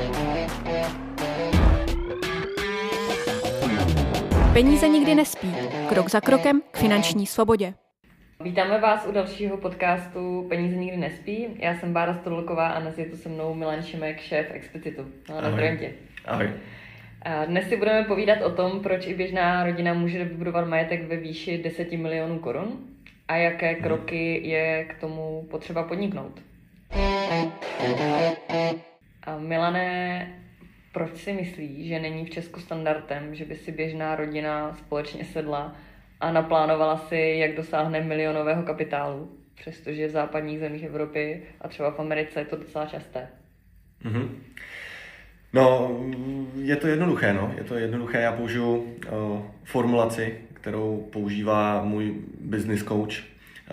Peníze nikdy nespí. Krok za krokem k finanční svobodě. Vítáme vás u dalšího podcastu Peníze nikdy nespí. Já jsem Bára Stodolková a dnes je tu se mnou Milan Šimek, šéf Explicitu. Zdravím tě. Ahoj. Dnes si budeme povídat o tom, proč i běžná rodina může vybudovat majetek ve výši 10 milionů korun a jaké kroky je k tomu potřeba podniknout. Milane, proč si myslíš, že není v Česku standardem, že by si běžná rodina společně sedla a naplánovala si, jak dosáhne milionového kapitálu, přestože v západních zemích Evropy a třeba v Americe je to docela časté? No, je to jednoduché, Já použiju formulaci, kterou používá můj business coach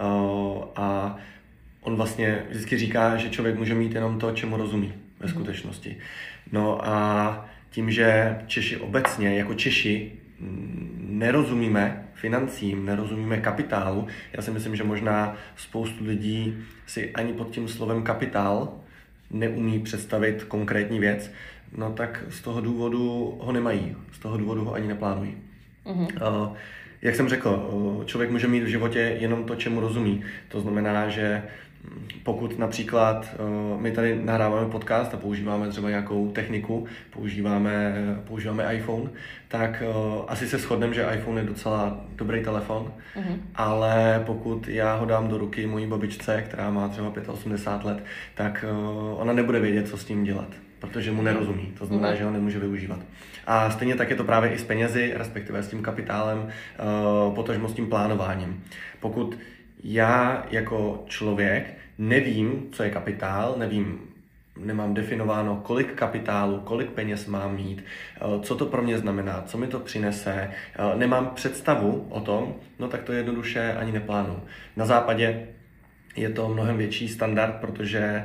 a on vlastně vždycky říká, že člověk může mít jenom to, čemu rozumí ve skutečnosti. No a tím, že Češi obecně, jako Češi, nerozumíme financím, nerozumíme kapitálu, já si myslím, že možná spoustu lidí si ani pod tím slovem kapitál neumí představit konkrétní věc, no tak z toho důvodu ho nemají, z toho důvodu ho ani neplánují. Jak jsem řekl, člověk může mít v životě jenom to, čemu rozumí. To znamená, že pokud například my tady nahráváme podcast a používáme třeba nějakou techniku, používáme iPhone, tak asi se shodneme, že iPhone je docela dobrý telefon, ale pokud já ho dám do ruky mojí babičce, která má třeba 85 let, tak ona nebude vědět, co s tím dělat, protože mu nerozumí, to znamená, že ho nemůže využívat. A stejně tak je to právě i s penězi, respektive s tím kapitálem, potažmo s tím plánováním. Pokud já jako člověk nevím, co je kapitál, nemám definováno, kolik kapitálu, kolik peněz mám mít, co to pro mě znamená, co mi to přinese, nemám představu o tom, no tak to jednoduše ani neplánuju. Na západě je to mnohem větší standard, protože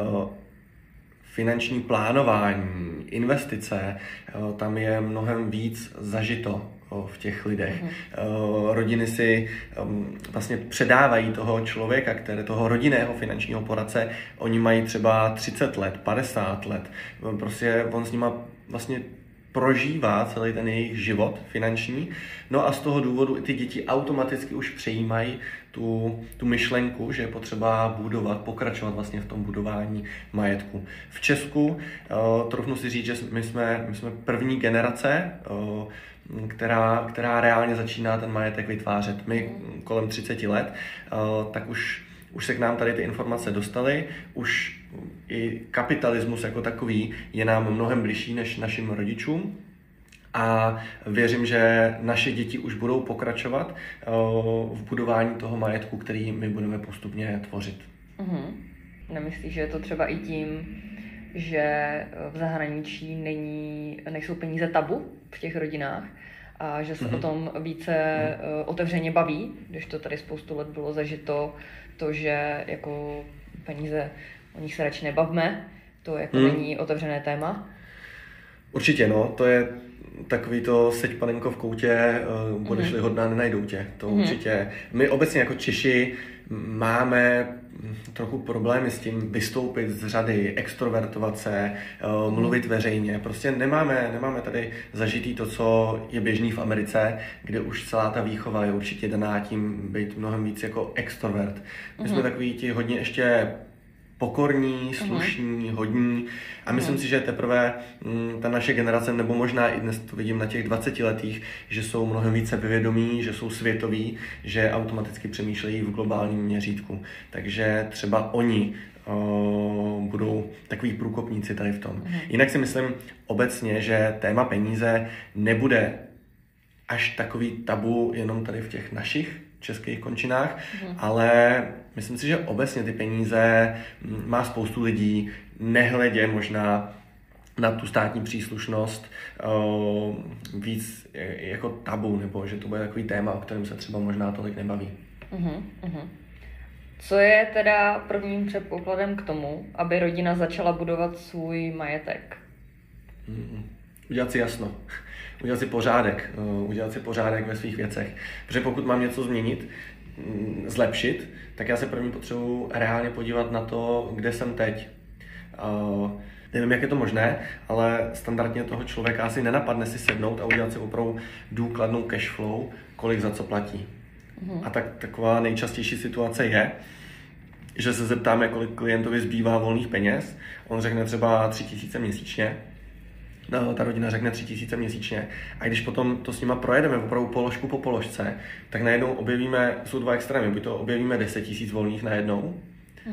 finanční plánování, investice, tam je mnohem víc zažito v těch lidech. Rodiny si vlastně předávají toho člověka, toho rodinného finančního poradce, oni mají třeba 30 let, 50 let. Prostě on s nima vlastně prožívá celý ten jejich život finanční, no a z toho důvodu ty děti automaticky už přejímají tu myšlenku, že je potřeba pokračovat vlastně v tom budování majetku. V Česku troufnu si říct, že my jsme první generace, která reálně začíná ten majetek vytvářet. My kolem 30 let, tak už se k nám tady ty informace dostaly, už i kapitalismus jako takový je nám mnohem bližší než našim rodičům. A věřím, že naše děti už budou pokračovat v budování toho majetku, který my budeme postupně tvořit. Nemyslíš, že je to třeba i tím, že v zahraničí nejsou peníze tabu v těch rodinách a že se o tom více otevřeně baví, když to tady spoustu let bylo zažito, to, že jako peníze, o nich se radši nebavme, to jako není otevřené téma? Určitě, no, to je takový to seď panenko v koutě, budeš-li hodná, nenajdou tě. To určitě. My obecně jako Češi máme trochu problémy s tím vystoupit z řady, extrovertovat se, mluvit veřejně. Prostě nemáme tady zažitý to, co je běžný v Americe, kde už celá ta výchova je určitě daná tím být mnohem víc jako extrovert. My jsme takový ti hodně ještě pokorní, slušní, hodní a myslím si, že teprve ta naše generace, nebo možná i dnes to vidím na těch 20letých, že jsou mnohem více vyvědomí, že jsou světoví, že automaticky přemýšlejí v globálním měřítku. Takže třeba oni budou takový průkopníci tady v tom. Jinak si myslím obecně, že téma peníze nebude až takový tabu jenom tady v těch našich českých končinách, ale myslím si, že obecně ty peníze má spoustu lidí, nehledě možná na tu státní příslušnost víc jako tabu, nebo že to bude takový téma, o kterém se třeba možná tolik nebaví. Co je teda prvním předpokladem k tomu, aby rodina začala budovat svůj majetek? Udělat si jasno. Udělat si pořádek ve svých věcech. Protože pokud mám něco změnit, zlepšit, tak já se první potřebuji reálně podívat na to, kde jsem teď. Nevím, jak je to možné, ale standardně toho člověka asi nenapadne si sednout a udělat si opravdu důkladnou cash flow, kolik za co platí. A taková nejčastější situace je, že se zeptáme, kolik klientovi zbývá volných peněz. On řekne třeba 3 000 měsíčně. No, ta rodina řekne 3 000 měsíčně. A když potom to s nima projedeme opravdu položku po položce, tak najednou objevíme, jsou dva extrémy, buď to objevíme 10 000 volných najednou,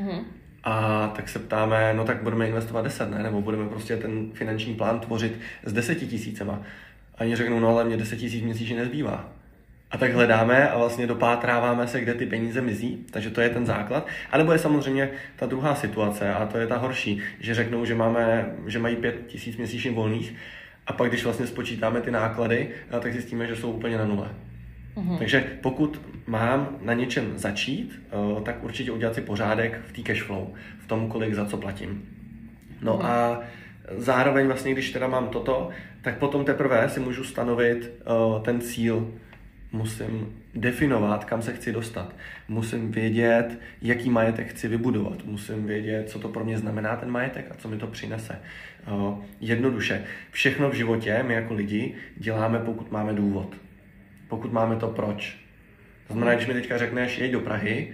a tak se ptáme, no tak budeme investovat 10, ne? Nebo budeme prostě ten finanční plán tvořit s 10 000. A oni řeknou, no ale mě 10 000 měsíčně nezbývá. A tak hledáme a vlastně dopátráváme se, kde ty peníze mizí, takže to je ten základ. A nebo je samozřejmě ta druhá situace a to je ta horší, že řeknou, že mají 5 000 měsíčně volných a pak když vlastně spočítáme ty náklady, tak zjistíme, že jsou úplně na nule. Takže pokud mám na něčem začít, tak určitě udělat si pořádek v té cash flow, v tom, kolik za co platím. No a zároveň vlastně, když teda mám toto, tak potom teprve si můžu stanovit ten cíl. Musím definovat, kam se chci dostat. Musím vědět, jaký majetek chci vybudovat. Musím vědět, co to pro mě znamená ten majetek a co mi to přinese. Jednoduše. Všechno v životě my jako lidi děláme, pokud máme důvod. Pokud máme to proč. To znamená, když mi teďka řekneš, jeď do Prahy,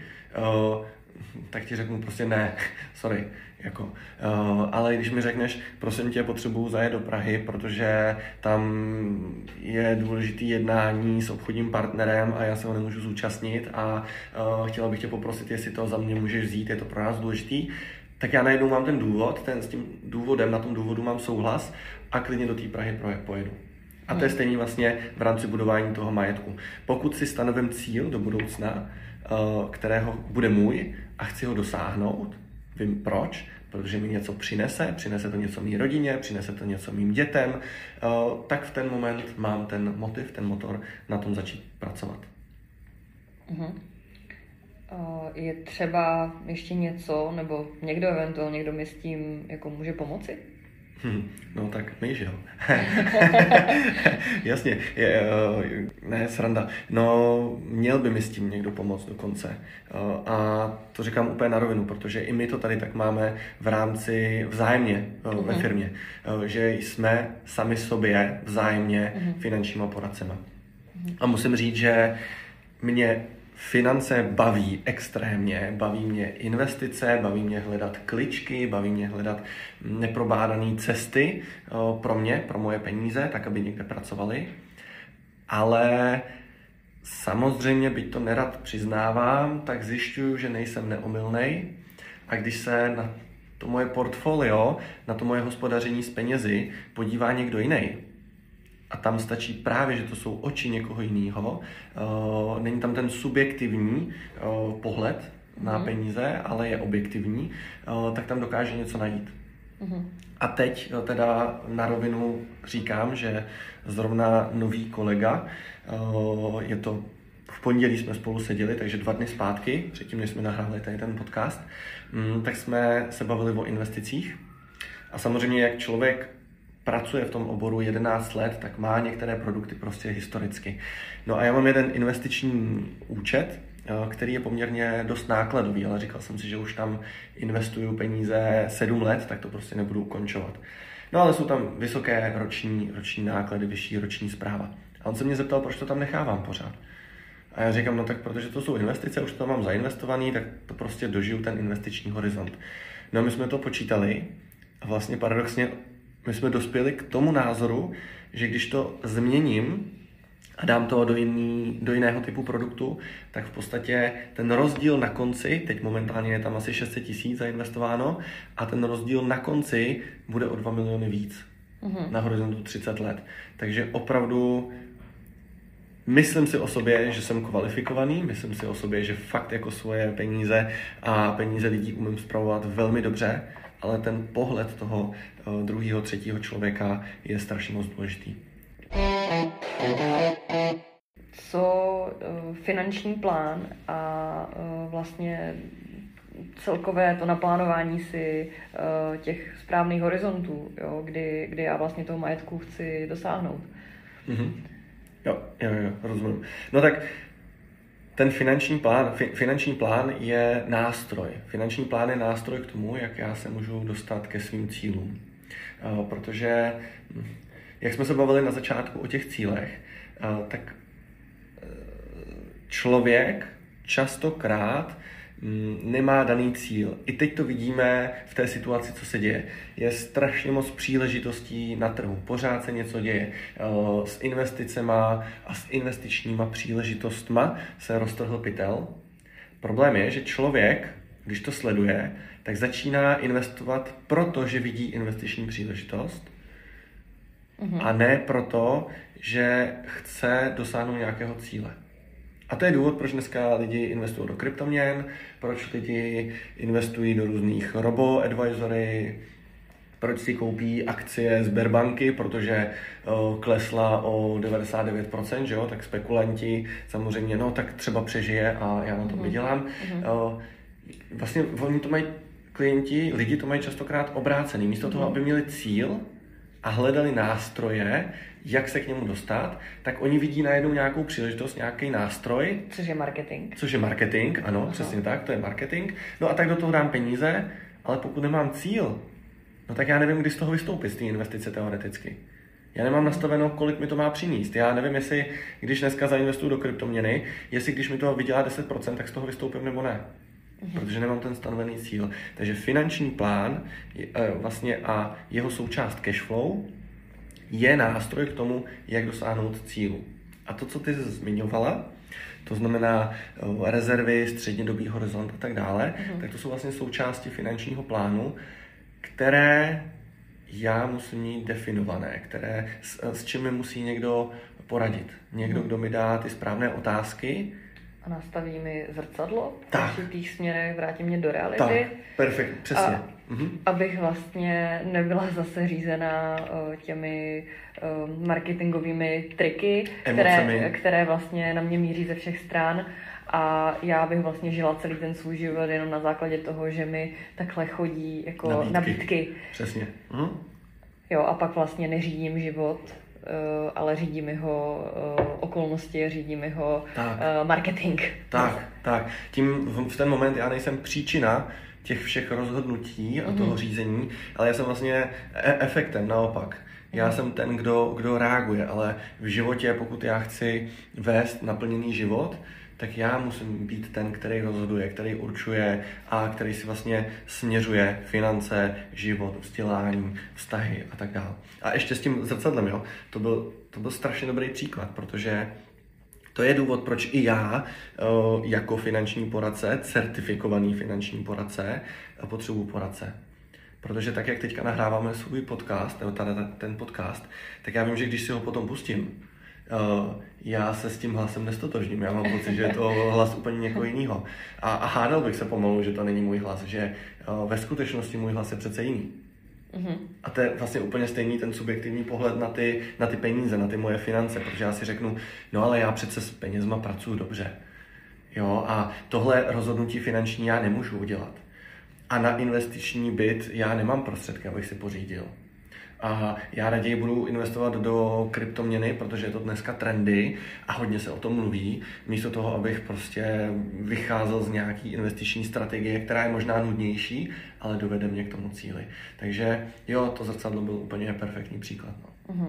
tak ti řeknu prostě ne, sorry. Ale když mi řekneš, prosím tě, potřebuju zajet do Prahy, protože tam je důležitý jednání s obchodním partnerem a já se ho nemůžu zúčastnit a chtěla bych tě poprosit, jestli to za mě můžeš vzít, je to pro nás důležitý, tak já najednou mám ten důvod, s tím důvodem, na tom důvodu mám souhlas a klidně do té Prahy pojedu. A to je stejný vlastně v rámci budování toho majetku. Pokud si stanovím cíl do budoucna, kterého bude můj a chci ho dosáhnout, vím proč, protože mi něco přinese to něco mý rodině, přinese to něco mým dětem, tak v ten moment mám ten motiv, ten motor na tom začít pracovat. Je třeba ještě něco, nebo někdo eventuálně, někdo mi s tím jako může pomoci? No tak my, že jo. Jasně, ne, sranda. No, měl by mi s tím někdo pomoct dokonce. A to říkám úplně na rovinu, protože i my to tady tak máme v rámci vzájemně ve firmě, že jsme sami sobě vzájemně finančníma poradcema. A musím říct, že mě finance baví extrémně, baví mě investice, baví mě hledat kličky, baví mě hledat neprobádané cesty pro moje peníze, tak aby někde pracovaly. Ale samozřejmě, byť to nerad přiznávám, tak zjišťuju, že nejsem neomylnej a když se na to moje portfolio, na to moje hospodaření s penězi podívá někdo jiný, a tam stačí právě, že to jsou oči někoho jiného. Není tam ten subjektivní pohled na peníze, ale je objektivní, tak tam dokáže něco najít. A teď teda na rovinu říkám, že zrovna nový kolega, je to v pondělí jsme spolu seděli, takže 2 dny zpátky, předtím, než jsme nahráli tady ten podcast, tak jsme se bavili o investicích. A samozřejmě, jak člověk pracuje v tom oboru 11 let, tak má některé produkty prostě historicky. No a já mám jeden investiční účet, který je poměrně dost nákladový, ale říkal jsem si, že už tam investuju peníze 7 let, tak to prostě nebudu ukončovat. No ale jsou tam vysoké roční náklady, vyšší roční správa. A on se mě zeptal, proč to tam nechávám pořád. A já říkám, no tak protože to jsou investice, už to mám zainvestovaný, tak to prostě dožiju ten investiční horizont. No a my jsme to počítali a vlastně paradoxně my jsme dospěli k tomu názoru, že když to změním a dám to do jiného typu produktu, tak v podstatě ten rozdíl na konci, teď momentálně je tam asi 600 000 zainvestováno, a ten rozdíl na konci bude o 2 miliony víc na horizontu 30 let. Takže opravdu myslím si o sobě, že jsem kvalifikovaný, myslím si o sobě, že fakt jako svoje peníze a peníze lidí umím spravovat velmi dobře, ale ten pohled toho druhého, třetího člověka je strašně moc důležitý. Co finanční plán a vlastně celkové to naplánování si těch správných horizontů, jo, kdy já vlastně toho majetku chci dosáhnout? Jo, rozumím. No tak ten finanční plán je nástroj. Finanční plán je nástroj k tomu, jak já se můžu dostat ke svým cílům. Protože, jak jsme se bavili na začátku o těch cílech, tak člověk častokrát nemá daný cíl. I teď to vidíme v té situaci, co se děje. Je strašně moc příležitostí na trhu. Pořád se něco děje. S investicema a s investičníma příležitostma se roztrhl pytel. Problém je, že člověk, když to sleduje, tak začíná investovat protože vidí investiční příležitost a ne proto, že chce dosáhnout nějakého cíle. A to je důvod, proč dneska lidi investují do kryptoměn, proč lidi investují do různých robo-advisory, proč si koupí akcie Sberbanky, protože klesla o 99%, že jo? Tak spekulanti samozřejmě, no tak třeba přežije a já na tom vydělám. Vlastně oni to mají lidi to mají častokrát obrácený. Místo toho, aby měli cíl a hledali nástroje, jak se k němu dostat, tak oni vidí najednou nějakou příležitost, nějaký nástroj. Což je marketing. Ano, přesně tak, to je marketing. No a tak do toho dám peníze, ale pokud nemám cíl, no tak já nevím, kdy z toho vystoupit, z té investice teoreticky. Já nemám nastaveno, kolik mi to má přinést. Já nevím, jestli, když dneska zainvestuju do kryptoměny, jestli když mi to vydělá 10%, tak z toho vystoupím nebo ne. Protože nemám ten stanovený cíl. Takže finanční plán vlastně a jeho součást cashflow je nástroj k tomu, jak dosáhnout cílu. A to, co ty zmiňovala, to znamená rezervy, střednědobý horizont a tak dále, tak to jsou vlastně součásti finančního plánu, které já musím mít definované, které s čím mi musí někdo poradit. Někdo, kdo mi dá ty správné otázky. A nastaví mi zrcadlo v určitých směrech, vrátí mě do reality. Tak, perfekt, přesně. Abych vlastně nebyla zase řízená těmi marketingovými triky, které vlastně na mě míří ze všech stran. A já bych vlastně žila celý ten svůj život jenom na základě toho, že mi takhle chodí jako nabídky. Přesně. Jo, a pak vlastně neřídím život, ale řídí mi ho okolnosti, řídí mi ho marketing. Tak. Tím v ten moment já nejsem příčina těch všech rozhodnutí a toho řízení, ale já jsem vlastně efektem, naopak. Já jsem ten, kdo reaguje, ale v životě, pokud já chci vést naplněný život, tak já musím být ten, který rozhoduje, který určuje a který si vlastně směřuje finance, život, vzdělání, vztahy a tak dále. A ještě s tím zrcadlem, jo, to byl strašně dobrý příklad, protože to je důvod, proč i já jako finanční poradce, certifikovaný finanční poradce, potřebuji poradce. Protože tak, jak teďka nahráváme svůj podcast, nebo ten podcast, tak já vím, že když si ho potom pustím, já se s tím hlasem nestotožním. Já mám pocit, že je to hlas úplně někoho jiného. A hádal bych se pomalu, že to není můj hlas, že ve skutečnosti můj hlas je přece jiný. A to je vlastně úplně stejný ten subjektivní pohled na ty peníze, na ty moje finance, protože já si řeknu, no ale já přece s penězma pracuji dobře. Jo, a tohle rozhodnutí finanční já nemůžu udělat. A na investiční byt já nemám prostředky, abych si pořídil. A já raději budu investovat do kryptoměny, protože je to dneska trendy a hodně se o tom mluví, místo toho, abych prostě vycházel z nějaký investiční strategie, která je možná nudnější, ale dovede mě k tomu cíli. Takže jo, to zrcadlo byl úplně perfektní příklad. No.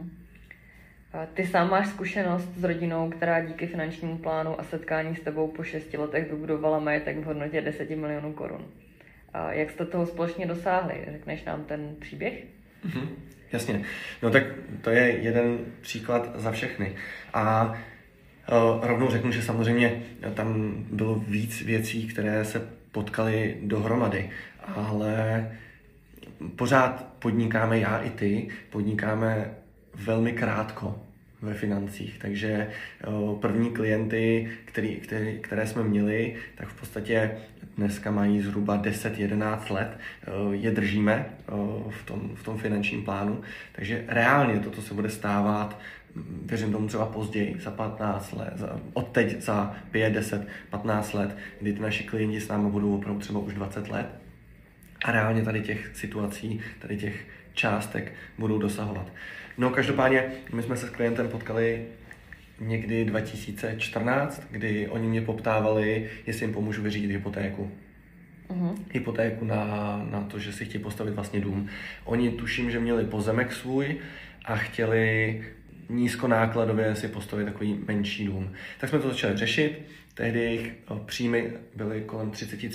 Ty sám máš zkušenost s rodinou, která díky finančnímu plánu a setkání s tebou po 6 letech vybudovala majetek v hodnotě 10 milionů korun. A jak jste toho společně dosáhli? Řekneš nám ten příběh? Jasně. No tak to je jeden příklad za všechny. A rovnou řeknu, že samozřejmě tam bylo víc věcí, které se potkaly dohromady, ale pořád podnikáme, já i ty, podnikáme velmi krátko ve financích, takže první klienty, které jsme měli, tak v podstatě dneska mají zhruba 10-11 let, je držíme v tom finančním plánu, takže reálně toto se bude stávat, věřím tomu třeba později, za 15 let, od teď za 5, 10, 15 let, kdy ty naši klienti s námi budou opravdu třeba už 20 let a reálně tady těch situací, tady těch částek budou dosahovat. No každopádně, my jsme se s klientem potkali někdy 2014, kdy oni mě poptávali, jestli jim pomůžu vyřídit hypotéku. hypotéku na to, že si chtějí postavit vlastně dům. Oni tuším, že měli pozemek svůj a chtěli nízkonákladově si postavit takový menší dům. Tak jsme to začali řešit. Tehdy jejich příjmy byly kolem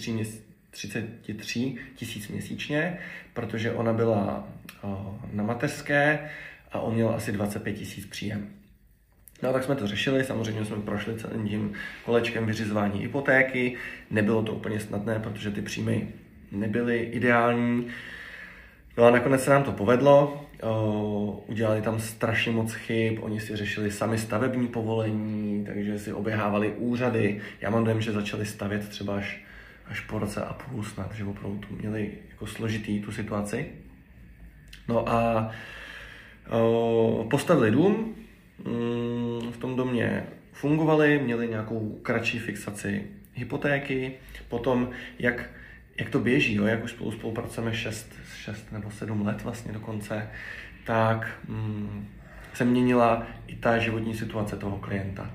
33 tisíc měsíčně, protože ona byla na mateřské a on měl asi 25 tisíc příjem. No a tak jsme to řešili, samozřejmě jsme prošli celým tím kolečkem vyřizování hypotéky. Nebylo to úplně snadné, protože ty příjmy nebyly ideální. No a nakonec se nám to povedlo, udělali tam strašně moc chyb, oni si řešili sami stavební povolení, takže si oběhávali úřady. Já mám dojem, že začali stavět třeba až po roce a půl snad, že opravdu tu měli jako složitý tu situaci. No a postavili dům, v tom domě fungovali, měli nějakou kratší fixaci hypotéky, potom jak to běží, jo, jak už spolupracujeme 6 nebo 7 let vlastně dokonce, tak se měnila i ta životní situace toho klienta.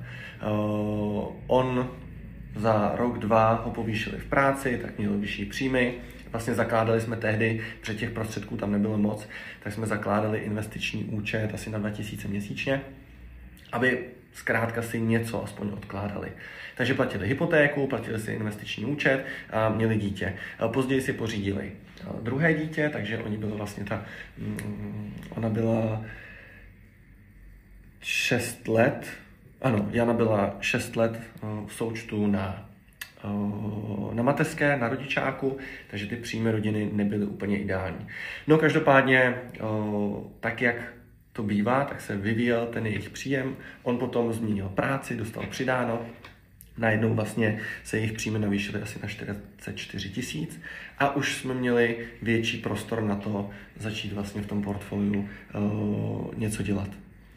On za rok, 2 ho povýšili v práci, tak měl vyšší příjmy. Vlastně zakládali jsme tehdy, protože těch prostředků tam nebylo moc, tak jsme zakládali investiční účet asi na 2000 měsíčně, aby zkrátka si něco aspoň odkládali. Takže platili hypotéku, platili si investiční účet a měli dítě. Později si pořídili druhé dítě, takže oni byli vlastně ona byla 6 let, ano, Jana byla 6 let v součtu na mateřské, na rodičáku, takže ty příjmy rodiny nebyly úplně ideální. No každopádně, tak jak to bývá, tak se vyvíjel ten jejich příjem, on potom změnil práci, dostal přidáno, najednou vlastně se jejich příjmy navýšily asi na 44 tisíc a už jsme měli větší prostor na to začít vlastně v tom portfoliu něco dělat.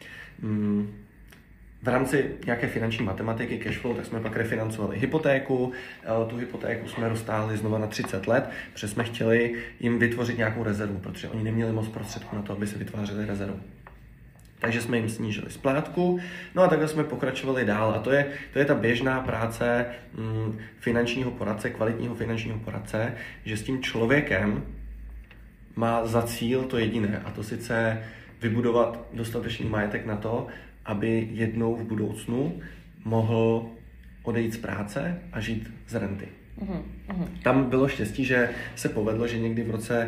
V rámci nějaké finanční matematiky cashflow, tak jsme pak refinancovali hypotéku. Tu hypotéku jsme roztáhli znova na 30 let, protože jsme chtěli jim vytvořit nějakou rezervu, protože oni neměli moc prostředků na to, aby si vytvářeli rezervu. Takže jsme jim snížili splátku, no a takhle jsme pokračovali dál. A to je ta běžná práce finančního poradce, kvalitního finančního poradce, že s tím člověkem má za cíl to jediné, a to sice vybudovat dostatečný majetek na to, aby jednou v budoucnu mohl odejít z práce a žít z renty. Tam bylo štěstí, že se povedlo, že někdy v roce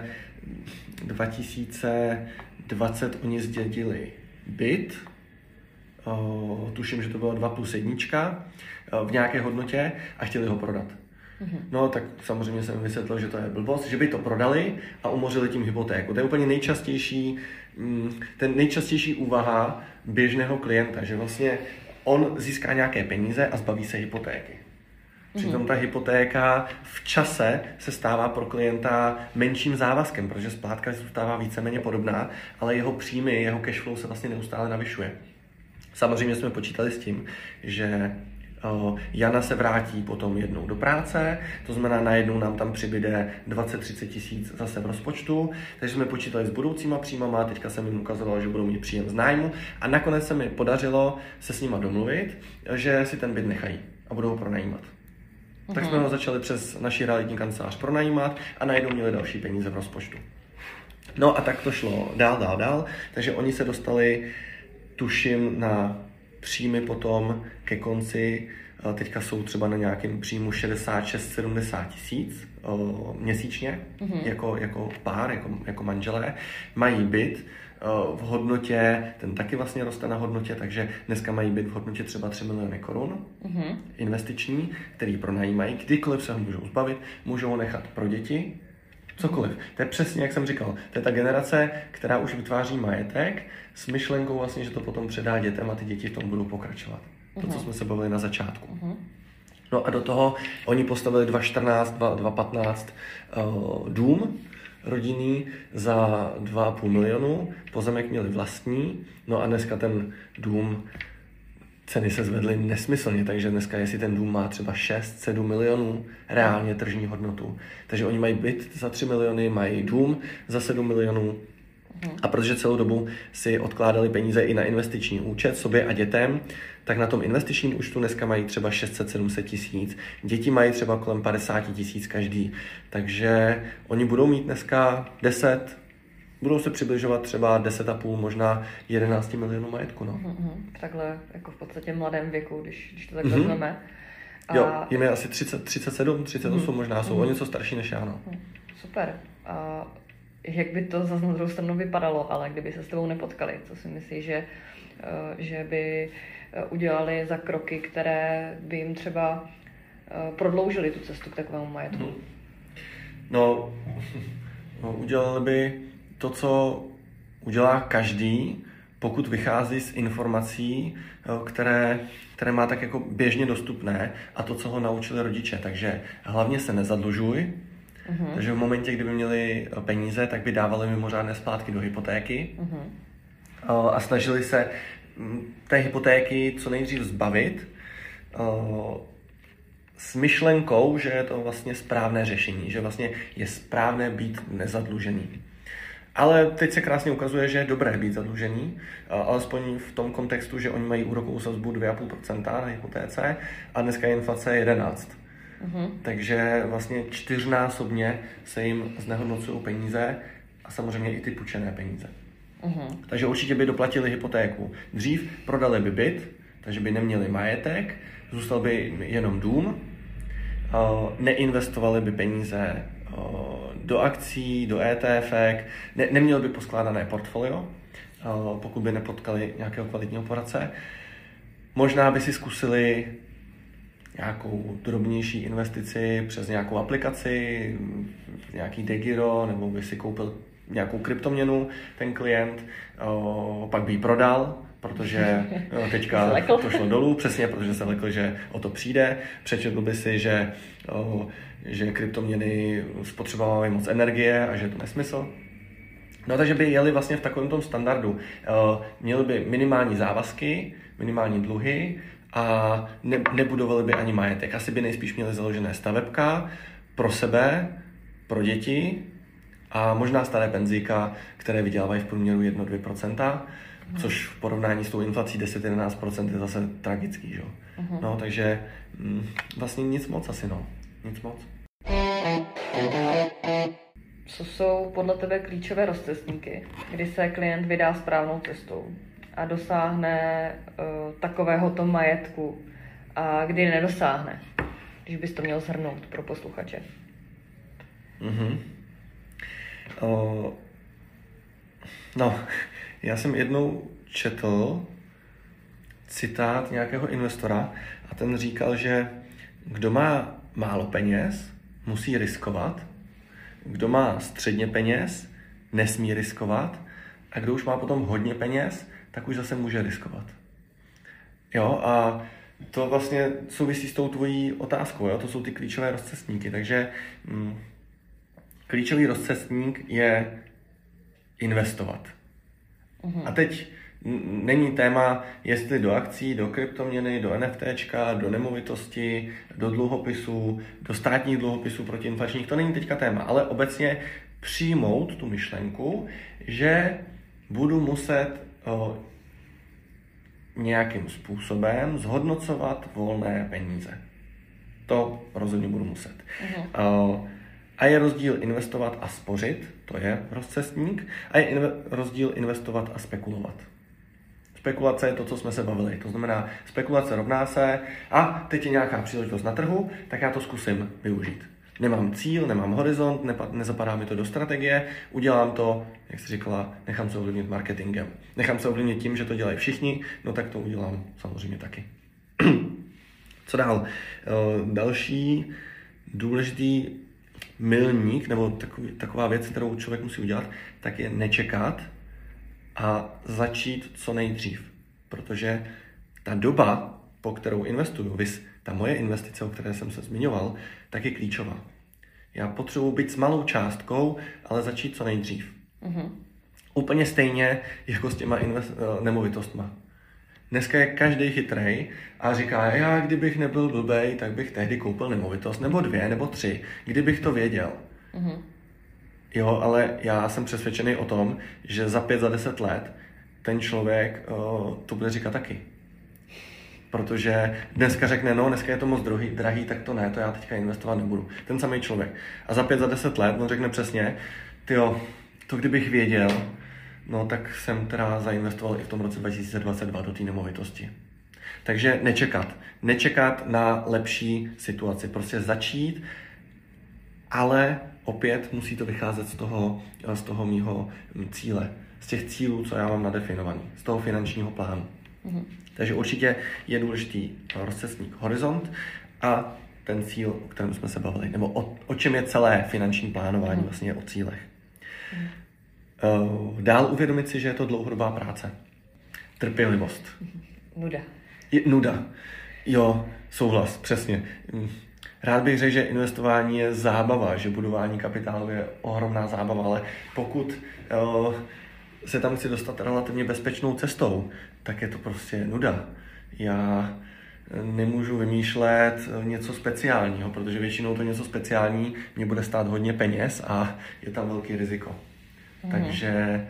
2020 oni zdědili byt, tuším, že to bylo 2+1 v nějaké hodnotě a chtěli ho prodat. No tak samozřejmě jsem vysvětlil, že to je blbost, že by to prodali a umořili tím hypotéku. To je úplně nejčastější úvaha běžného klienta, že vlastně on získá nějaké peníze a zbaví se hypotéky. Přitom ta hypotéka v čase se stává pro klienta menším závazkem, protože splátka zůstává víceméně podobná, ale jeho příjmy, jeho cashflow se vlastně neustále navyšuje. Samozřejmě jsme počítali s tím, že Jana se vrátí potom jednou do práce, to znamená najednou nám tam přibyde 20-30 tisíc zase v rozpočtu, takže jsme počítali s budoucíma příjmama, teďka jsem jim ukazoval, že budou mít příjem z nájmu a nakonec se mi podařilo se s nima domluvit, že si ten byt nechají a budou ho pronajímat. Tak jsme ho začali přes naši realitní kancelář pronajímat a najednou měli další peníze v rozpočtu. No a tak to šlo dál, takže oni se dostali, tuším, na příjmy potom ke konci, teďka jsou třeba na nějakém příjmu 66-70 tisíc měsíčně, jako pár, jako manželé, mají byt v hodnotě, ten taky vlastně roste na hodnotě, takže dneska mají byt v hodnotě třeba 3 miliony korun investiční, který pronajímají, kdykoliv se ho můžou zbavit, můžou ho nechat pro děti, cokoliv. To je přesně, jak jsem říkal, to je ta generace, která už vytváří majetek s myšlenkou vlastně, že to potom předá dětem a ty děti v tom budou pokračovat. To, co jsme se bavili na začátku. No a do toho oni postavili 2014, 2015 dům rodinný za 2,5 milionu, pozemek měli vlastní, no a dneska ten dům, ceny se zvedly nesmyslně, takže dneska jestli ten dům má třeba 6-7 milionů reálně tržní hodnotu. Takže oni mají byt za 3 miliony, mají dům za 7 milionů A protože celou dobu si odkládali peníze i na investiční účet sobě a dětem, tak na tom investičním účtu dneska mají třeba 600-700 tisíc. Děti mají třeba kolem 50 tisíc každý. Takže oni budou mít dneska 10, budou se přibližovat třeba 10,5, možná 11 milionů majetku. No. Takhle jako v podstatě mladém věku, když to tak vezmeme. Jo, jim je asi 30, 37, 38 možná, jsou o něco starší než já. No. Super. A jak by to zase na druhou stranu vypadalo, ale kdyby se s tebou nepotkali? Co si myslíš, že by udělali za kroky, které by jim třeba prodloužily tu cestu k takovému majetku? No, udělali by to, co udělá každý, pokud vychází z informací, které má tak jako běžně dostupné, a to, co ho naučili rodiče. Takže hlavně se nezadlužuj. Takže v momentě, kdyby měli peníze, tak by dávali mimořádné splátky do hypotéky a snažili se té hypotéky co nejdřív zbavit s myšlenkou, že je to vlastně správné řešení, že vlastně je správné být nezadlužený. Ale teď se krásně ukazuje, že je dobré být zadlužený, alespoň v tom kontextu, že oni mají úrokovou sazbu 2,5% na hypotéce a dneska je inflace 11%. Takže vlastně 4násobně se jim znehodnocují peníze a samozřejmě i ty půjčené peníze. Takže určitě by doplatili hypotéku. Dřív prodali by byt, takže by neměli majetek, zůstal by jenom dům, neinvestovali by peníze do akcí, do ETFek, neměli by poskládané portfolio, pokud by nepotkali nějakého kvalitního poradce. Možná by si zkusili nějakou drobnější investici přes nějakou aplikaci, nějaký DeGiro, nebo by si koupil nějakou kryptoměnu ten klient, pak by ji prodal, protože teďka to šlo dolů, přesně, protože se lekl, že o to přijde. Přečetl by si, že kryptoměny spotřebovávají moc energie a že je to nesmysl. No takže by jeli vlastně v takovém tom standardu. Měli by minimální závazky, minimální dluhy a nebudovali by ani majetek. Asi by nejspíš měli založené stavebka pro sebe, pro děti a možná staré penzíka, které vydělávají v průměru 1-2%, což v porovnání s tou inflací 10-11% je zase tragický. Že? No, takže vlastně nic moc asi, no. Nic moc. Co jsou podle tebe klíčové rozcestníky, kdy se klient vydá správnou cestou a dosáhne takovéhoto majetku a kdy nedosáhne, když bys to měl shrnout pro posluchače? No, já jsem jednou četl citát nějakého investora a ten říkal, že kdo má málo peněz, musí riskovat, kdo má středně peněz, nesmí riskovat a kdo už má potom hodně peněz, tak už zase může riskovat. Jo, a to vlastně souvisí s tou tvojí otázkou, jo? To jsou ty klíčové rozcestníky, takže klíčový rozcestník je investovat. A teď není téma, jestli do akcí, do kryptoměny, do NFTčka, do nemovitosti, do dluhopisů, do státních dluhopisů protiinflačních, to není teďka téma, ale obecně přijmout tu myšlenku, že budu muset nějakým způsobem zhodnocovat volné peníze. To rozhodně budu muset. A je rozdíl investovat a spořit, to je rozcestník, a je rozdíl investovat a spekulovat. Spekulace je to, co jsme se bavili. To znamená, spekulace rovná se a teď je nějaká příležitost na trhu, tak já to zkusím využít. Nemám cíl, nemám horizont, nezapadá mi to do strategie, udělám to, jak jsi říkala, nechám se ovlivnit marketingem. Nechám se ovlivnit tím, že to dělají všichni, no tak to udělám samozřejmě taky. Co dál? Další důležitý milník, nebo taková věc, kterou člověk musí udělat, tak je nečekat a začít co nejdřív. Protože ta doba, po kterou investuju, ta moje investice, o které jsem se zmiňoval, tak je klíčová. Já potřebuji být s malou částkou, ale začít co nejdřív. Úplně stejně jako s těma nemovitostma. Dneska je každý chytrej a říká, já kdybych nebyl blbej, tak bych tehdy koupil nemovitost, nebo 2, nebo 3, kdybych to věděl. Jo, ale já jsem přesvědčený o tom, že za 5, za 10 let ten člověk to bude říkat taky. Protože dneska řekne, no dneska je to moc drahý, tak to ne, to já teďka investovat nebudu. Ten samý člověk. A za 5, za 10 let on řekne přesně, tyjo, to kdybych věděl, no tak jsem teda zainvestoval i v tom roce 2022 do té nemovitosti. Takže nečekat na lepší situaci, prostě začít, ale opět musí to vycházet z toho mýho cíle, z těch cílů, co já mám nadefinovaný, z toho finančního plánu. Takže určitě je důležitý rozcestník horizont a ten cíl, o kterém jsme se bavili, nebo o čem je celé finanční plánování, vlastně o cílech. Dál uvědomit si, že je to dlouhodobá práce. Trpělivost. Nuda. Jo, souhlas, přesně. Rád bych řekl, že investování je zábava, že budování kapitálu je ohromná zábava, ale pokud se tam chci dostat relativně bezpečnou cestou, tak je to prostě nuda. Já nemůžu vymýšlet něco speciálního, protože většinou to něco speciální mě bude stát hodně peněz a je tam velký riziko. Takže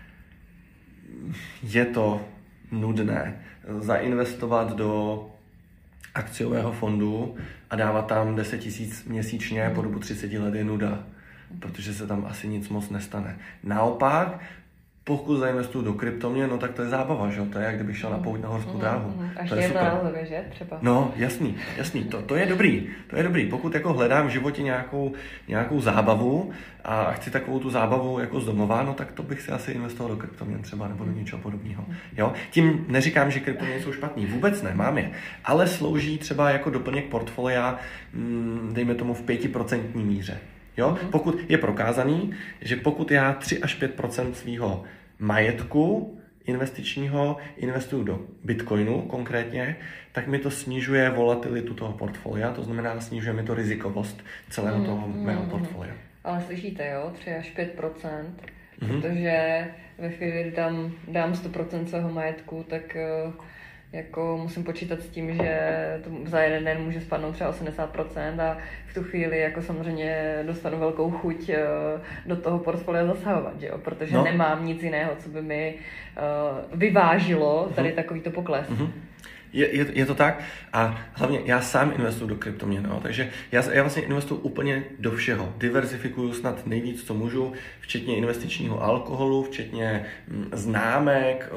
je to nudné zainvestovat do akciového fondu a dávat tam 10 000 měsíčně po dobu 30 let je nuda, protože se tam asi nic moc nestane. Naopak, pokud zainvestuju do kryptoměn, no tak to je zábava, že? To je jak kdybych šel na pouť na horskou dráhu. Až to je super. Jednorázově, že? Třeba. No, jasný. To je dobrý. Pokud jako hledám v životě nějakou zábavu a chci takovou tu zábavu jako z domova, no tak to bych si asi investoval do kryptoměn třeba nebo do něčeho podobného. Jo? Tím neříkám, že kryptoměny jsou špatný, vůbec ne, mám je. Ale slouží třeba jako doplněk portfolia, dejme tomu v 5% míře. Jo? Pokud je prokázaný, že pokud já 3 až 5% svýho majetku investičního investuju do Bitcoinu konkrétně, tak mi to snižuje volatilitu toho portfolia, to znamená snižuje mi to rizikovost celého toho mého portfolia. Ale slyšíte, jo, 3 až 5%, protože ve chvíli, kdy tam dám 100% svého majetku, tak jako musím počítat s tím, že to za jeden den může spadnout třeba 80% a v tu chvíli jako samozřejmě dostanu velkou chuť do toho portfolia zasahovat, že jo? Protože nemám nic jiného, co by mi vyvážilo tady takovýto pokles. Je to tak a hlavně já sám investuju do kryptoměn, takže já vlastně investuju úplně do všeho. Diverzifikuju snad nejvíc, co můžu, včetně investičního alkoholu, včetně známek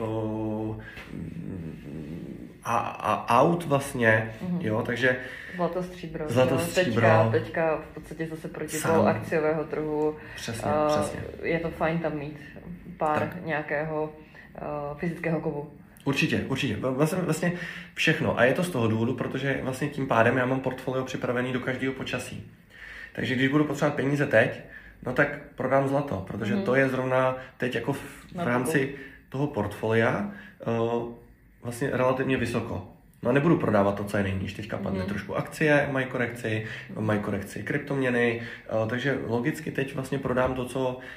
a aut vlastně, jo, takže Zlato, stříbro. Teďka v podstatě zase proti toho akciového trhu. Přesně. Je to fajn tam mít pár nějakého fyzického kovu. Určitě. Vlastně všechno. A je to z toho důvodu, protože vlastně tím pádem já mám portfolio připravený do každého počasí. Takže když budu potřebovat peníze teď, no tak prodám zlato, protože to je zrovna teď jako v rámci toho portfolia vlastně relativně vysoko. No a nebudu prodávat to, co je nejníž. Teďka padly trošku akcie, mají korekci kryptoměny, takže logicky teď vlastně prodám to,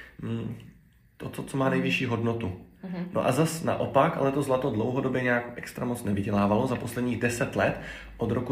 co má nejvyšší hodnotu. No a zas naopak, ale to zlato dlouhodobě nějak extra moc nevydělávalo. Za posledních 10 let, od roku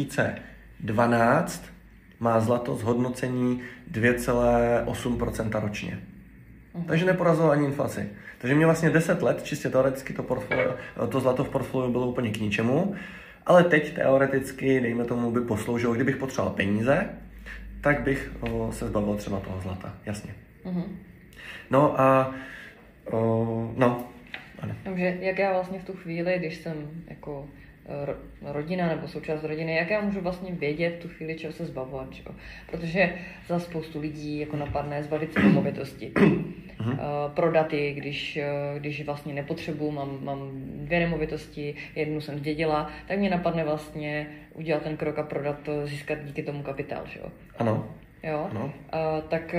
2012, má zlato zhodnocení 2,8% ročně. Takže neporazilo ani inflaci. Takže mě vlastně 10 let, čistě teoreticky to zlato v portfoliu bylo úplně k ničemu, ale teď teoreticky, dejme tomu, by posloužilo, kdybych potřeboval peníze, tak bych se zbavil třeba toho zlata, jasně. No a ano. Takže jak já vlastně v tu chvíli, když jsem jako rodina nebo součást rodiny, jak já můžu vlastně vědět v tu chvíli, čeho se zbavovat, čo? Protože za spoustu lidí jako napadne zbavit se nemovitosti. Prodat ji, když vlastně nepotřebuju, mám 2 nemovitosti, jednu jsem zdědila, tak mě napadne vlastně udělat ten krok a prodat to, získat díky tomu kapitál, že jo? Ano. Jo? Ano. Tak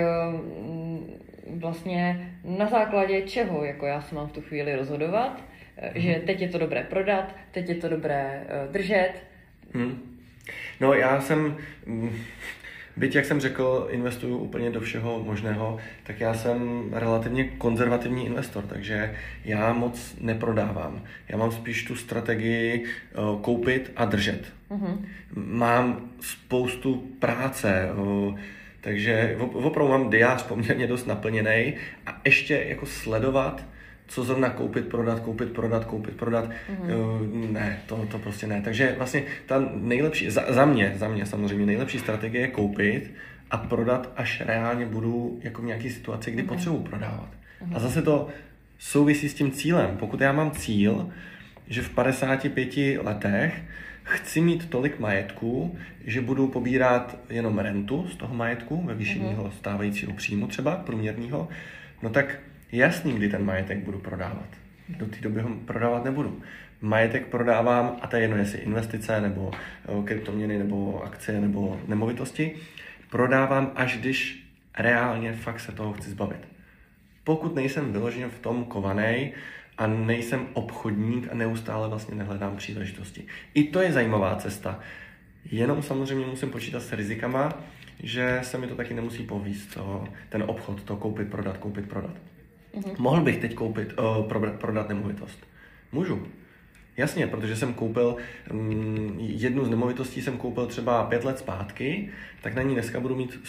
vlastně na základě čeho jako já se mám v tu chvíli rozhodovat, že teď je to dobré prodat, teď je to dobré držet. No já jsem, byť jak jsem řekl, investuju úplně do všeho možného, tak já jsem relativně konzervativní investor, takže já moc neprodávám. Já mám spíš tu strategii koupit a držet. Mám spoustu práce, Takže opravdu mám diář poměrně dost naplněný a ještě jako sledovat, co zrovna koupit, prodat. Ne, to prostě ne. Takže vlastně ta nejlepší, za mě samozřejmě nejlepší strategie je koupit a prodat, až reálně budu jako v nějaké situaci, kdy potřebuji prodávat. A zase to souvisí s tím cílem. Pokud já mám cíl, že v 55 letech chci mít tolik majetku, že budu pobírat jenom rentu z toho majetku ve výši mého stávajícího příjmu třeba průměrného, no tak jasný, kdy ten majetek budu prodávat. Do té doby ho prodávat nebudu. Majetek prodávám, a to je jedno, jestli investice, nebo kryptoměny, nebo akcie, nebo nemovitosti, prodávám, až když reálně fakt se toho chci zbavit. Pokud nejsem vyloženě v tom kovanej a nejsem obchodník a neustále vlastně nehledám příležitosti. I to je zajímavá cesta. Jenom samozřejmě musím počítat s rizikama, že se mi to taky nemusí povíst, ten obchod, to koupit, prodat. Mohl bych teď prodat nemovitost. Můžu. Jasně, protože jsem koupil jednu z nemovitostí, jsem koupil třeba 5 let zpátky, tak na ní dneska budu mít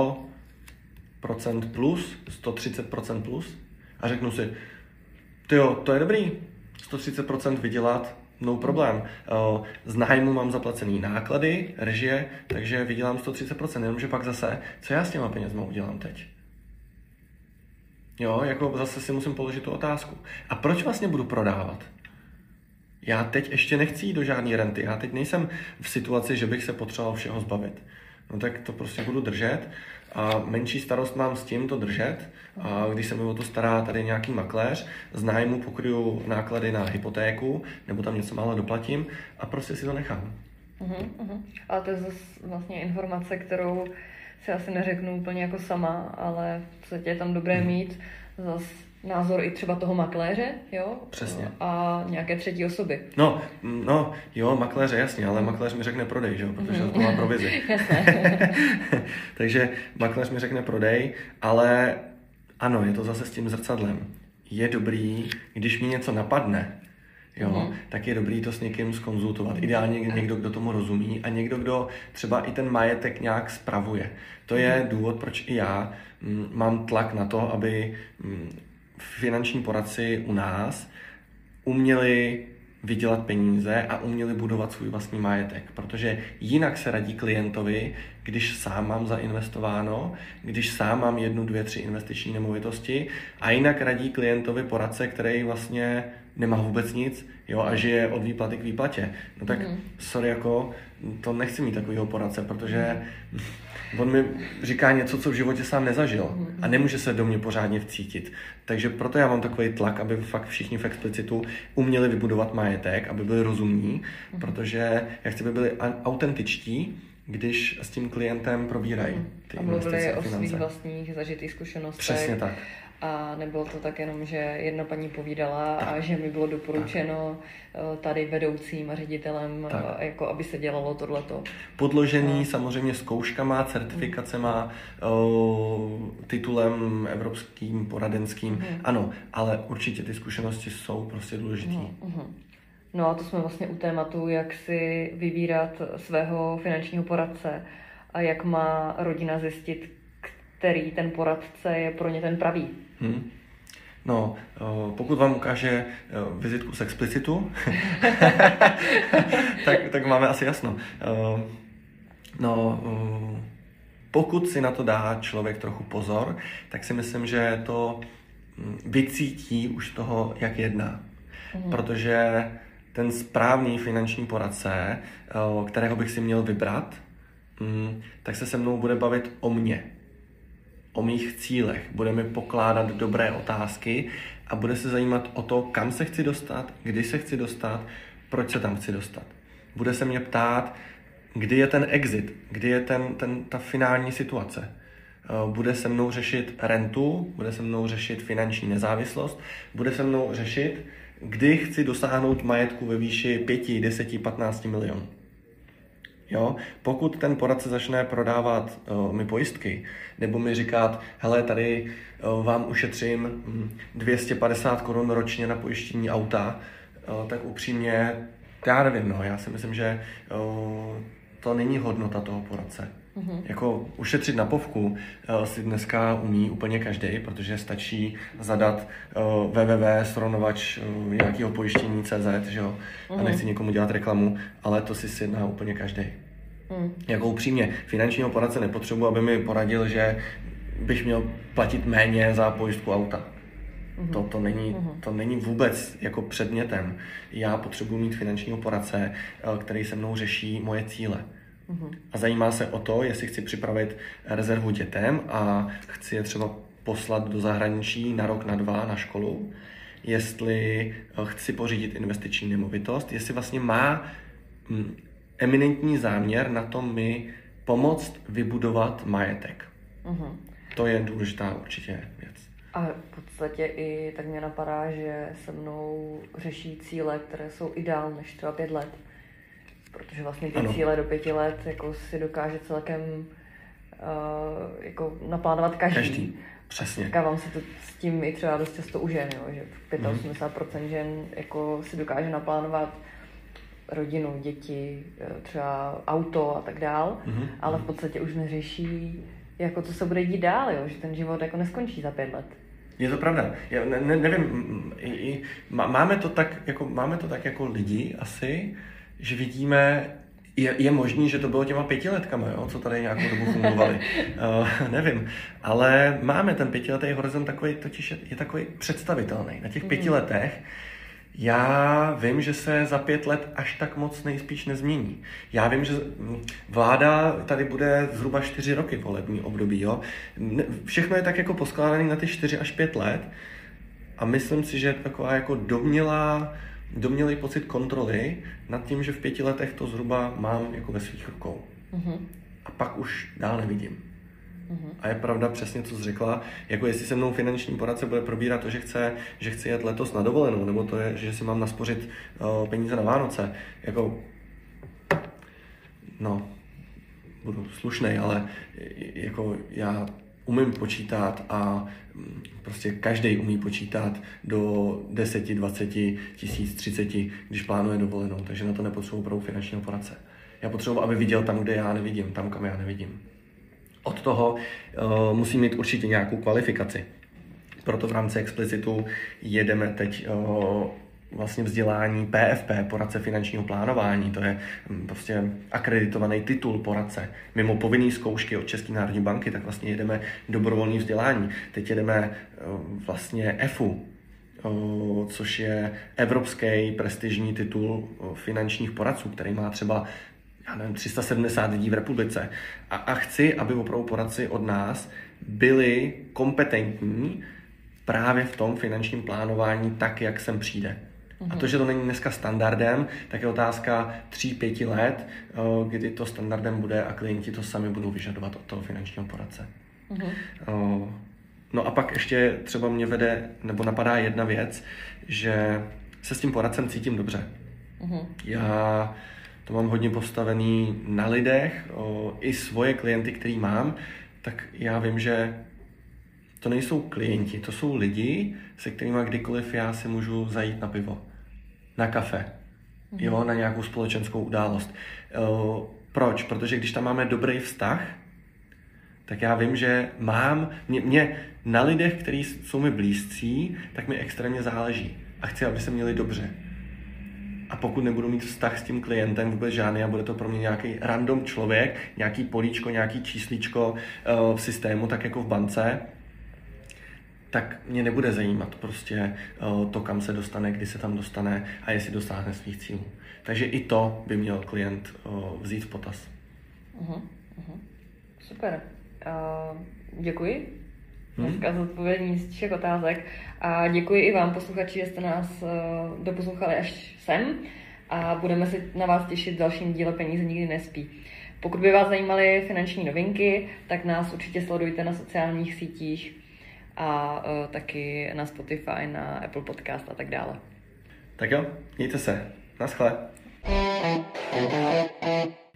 100% plus, 130% plus a řeknu si, tyjo, to je dobrý, 130% vydělat, no problém. Z nájmu mám zaplacený náklady, režie, takže vydělám 130%, jenomže pak zase, co já s těma penězma udělám teď? Jo, jako zase si musím položit tu otázku. A proč vlastně budu prodávat? Já teď ještě nechci jít do žádné renty, já teď nejsem v situaci, že bych se potřeboval všeho zbavit. No tak to prostě budu držet a menší starost mám s tím to držet a když se mi o to stará tady nějaký makléř, z nájmu pokryju náklady na hypotéku nebo tam něco málo doplatím a prostě si to nechám. Ale to je zase vlastně informace, kterou si asi neřeknu úplně jako sama, ale v podstatě je tam dobré mít zase názor i třeba toho makléře, jo? Přesně. A nějaké třetí osoby. No, jo, makléře, jasně, ale makléř mi řekne prodej, že jo, protože to má provizi. Jasné. Takže makléř mi řekne prodej, ale ano, je to zase s tím zrcadlem. Je dobrý, když mi něco napadne, jo, tak je dobrý to s někým zkonzultovat. Ideálně někdo, kdo tomu rozumí a někdo, kdo třeba i ten majetek nějak spravuje. To je důvod, proč i já mám tlak na to, aby finanční poradci u nás uměli vydělat peníze a uměli budovat svůj vlastní majetek, protože jinak se radí klientovi, když sám mám zainvestováno, když sám mám 1, 2, 3 investiční nemovitosti a jinak radí klientovi poradce, který vlastně nemá vůbec nic, jo, a žije od výplaty k výplatě. No tak, sorry, jako, to nechci mít takovýho poradce, protože on mi říká něco, co v životě sám nezažil a nemůže se do mě pořádně vcítit. Takže proto já mám takový tlak, aby fakt všichni v Explicitu uměli vybudovat majetek, aby byli rozumní, protože já chci, aby byli autentičtí, když s tím klientem probírají ty investice a finance. A mluvili o svých vlastních zažitých zkušenostech. Přesně tak. A nebylo to tak jenom, že jedna paní povídala a že mi bylo doporučeno tady vedoucím a ředitelem, jako aby se dělalo tohleto. Podložený samozřejmě zkouškama, certifikacema, titulem evropským, poradenským. Ano, ale určitě ty zkušenosti jsou prostě důležitý. No a to jsme vlastně u tématu, jak si vybírat svého finančního poradce a jak má rodina zjistit, který ten poradce je pro ně ten pravý. No, pokud vám ukáže vizitku z Explicitu, tak máme asi jasno. Pokud si na to dá člověk trochu pozor, tak si myslím, že to vycítí už toho, jak jedná. Protože ten správný finanční poradce, kterého bych si měl vybrat, tak se mnou bude bavit o mně, o mých cílech, bude mi pokládat dobré otázky a bude se zajímat o to, kam se chci dostat, kdy se chci dostat, proč se tam chci dostat. Bude se mě ptát, kdy je ten exit, kdy je ta finální situace. Bude se mnou řešit rentu, bude se mnou řešit finanční nezávislost, bude se mnou řešit, kdy chci dosáhnout majetku ve výši 5, 10, 15 milionů. Jo? Pokud ten poradce začne prodávat mi pojistky, nebo mi říkat, hele, tady vám ušetřím 250 korun ročně na pojištění auta, tak upřímně, já nevím, já si myslím, že to není hodnota toho poradce. Jako ušetřit na povku si dneska umí úplně každý, protože stačí zadat www.srovnovač nějakého pojištění CZ, že jo? A nechci někomu dělat reklamu, ale to si sjedná úplně každý. Jako upřímně, finančního poradce nepotřebuji, aby mi poradil, že bych měl platit méně za pojistku auta. To není vůbec jako předmětem. Já potřebuji mít finančního poradce, který se mnou řeší moje cíle. A zajímá se o to, jestli chci připravit rezervu dětem a chci je třeba poslat do zahraničí na rok, na 2 na školu, jestli chci pořídit investiční nemovitost, jestli vlastně má eminentní záměr na tom mi pomoct vybudovat majetek. To je důležitá určitě věc. A v podstatě i tak mě napadá, že se mnou řeší cíle, které jsou ideální než třeba 5 let. Protože vlastně ty cíle do 5 let jako si dokáže celkem jako naplánovat každý. Přesně. Setkávám se to s tím i třeba dost často u žen, jo, že 85% žen jako si dokáže naplánovat rodinu, děti, třeba auto a tak dál, ale v podstatě už neřeší, jako co se bude dít dál, jo, že ten život jako neskončí za 5 let. Je to pravda. Já nevím, máme to tak jako lidi asi, že vidíme, je možný, že to bylo těma 5letkama, jo, co tady nějakou dobu fungovali. Nevím, ale máme ten 5letý horizont takový, totiž je takový představitelný. Na těch 5 letech já vím, že se za 5 let až tak moc nejspíš nezmění. Já vím, že vláda tady bude zhruba 4 roky volební období. Jo? Všechno je tak jako poskládané na ty 4 až 5 let a myslím si, že je taková jako domělý pocit kontroly nad tím, že v 5 letech to zhruba mám jako ve svých rukou. A pak už dál nevidím. A je pravda přesně, co jsi řekla, jako jestli se mnou finanční poradce bude probírat to, že chci jet letos na dovolenou, nebo to je, že si mám naspořit peníze na Vánoce, jako budu slušnej, ale jako já umím počítat a prostě každý umí počítat do 10, 20 tisíc, 30, když plánuje dovolenou, takže na to nepotřebuji opravdu finančního poradce. Já potřebuji, aby viděl tam, kde já nevidím, tam, kam já nevidím. Od toho musí mít určitě nějakou kvalifikaci. Proto v rámci Explicitu jedeme teď vlastně vzdělání PFP, poradce finančního plánování. To je prostě akreditovaný titul poradce. Mimo povinné zkoušky od České národní banky, tak vlastně jedeme dobrovolné vzdělání. Teď jedeme vlastně EFU, což je evropský prestižní titul finančních poradců, který má třeba 370 lidí v republice. A chci, aby opravdu poradci od nás byli kompetentní právě v tom finančním plánování tak, jak sem přijde. A to, že to není dneska standardem, tak je otázka 3-5 let, kdy to standardem bude a klienti to sami budou vyžadovat od toho finančního poradce. No a pak ještě třeba mě vede, nebo napadá jedna věc, že se s tím poradcem cítím dobře. Já to mám hodně postavený na lidech, i svoje klienty, který mám, tak já vím, že to nejsou klienti, to jsou lidi, se kterými kdykoliv já si můžu zajít na pivo, na kafe, jo, na nějakou společenskou událost. Proč? Protože když tam máme dobrý vztah, tak já vím, že mě na lidech, kteří jsou mi blízcí, tak mi extrémně záleží a chci, aby se měli dobře. A pokud nebudu mít vztah s tím klientem vůbec žádný a bude to pro mě nějaký random člověk, nějaký políčko, nějaký číslíčko v systému, tak jako v bance, tak mě nebude zajímat prostě to, kam se dostane, kdy se tam dostane a jestli dosáhne svých cílů. Takže i to by měl klient vzít v potaz. Super. Děkuji. Dneska za odpovědění z všech otázek a děkuji i vám, posluchači, že jste nás doposlouchali až sem a budeme se na vás těšit v dalším díle Peníze nikdy nespí. Pokud by vás zajímaly finanční novinky, tak nás určitě sledujte na sociálních sítích a taky na Spotify, na Apple Podcast a tak dále. Tak jo, mějte se. Naschle.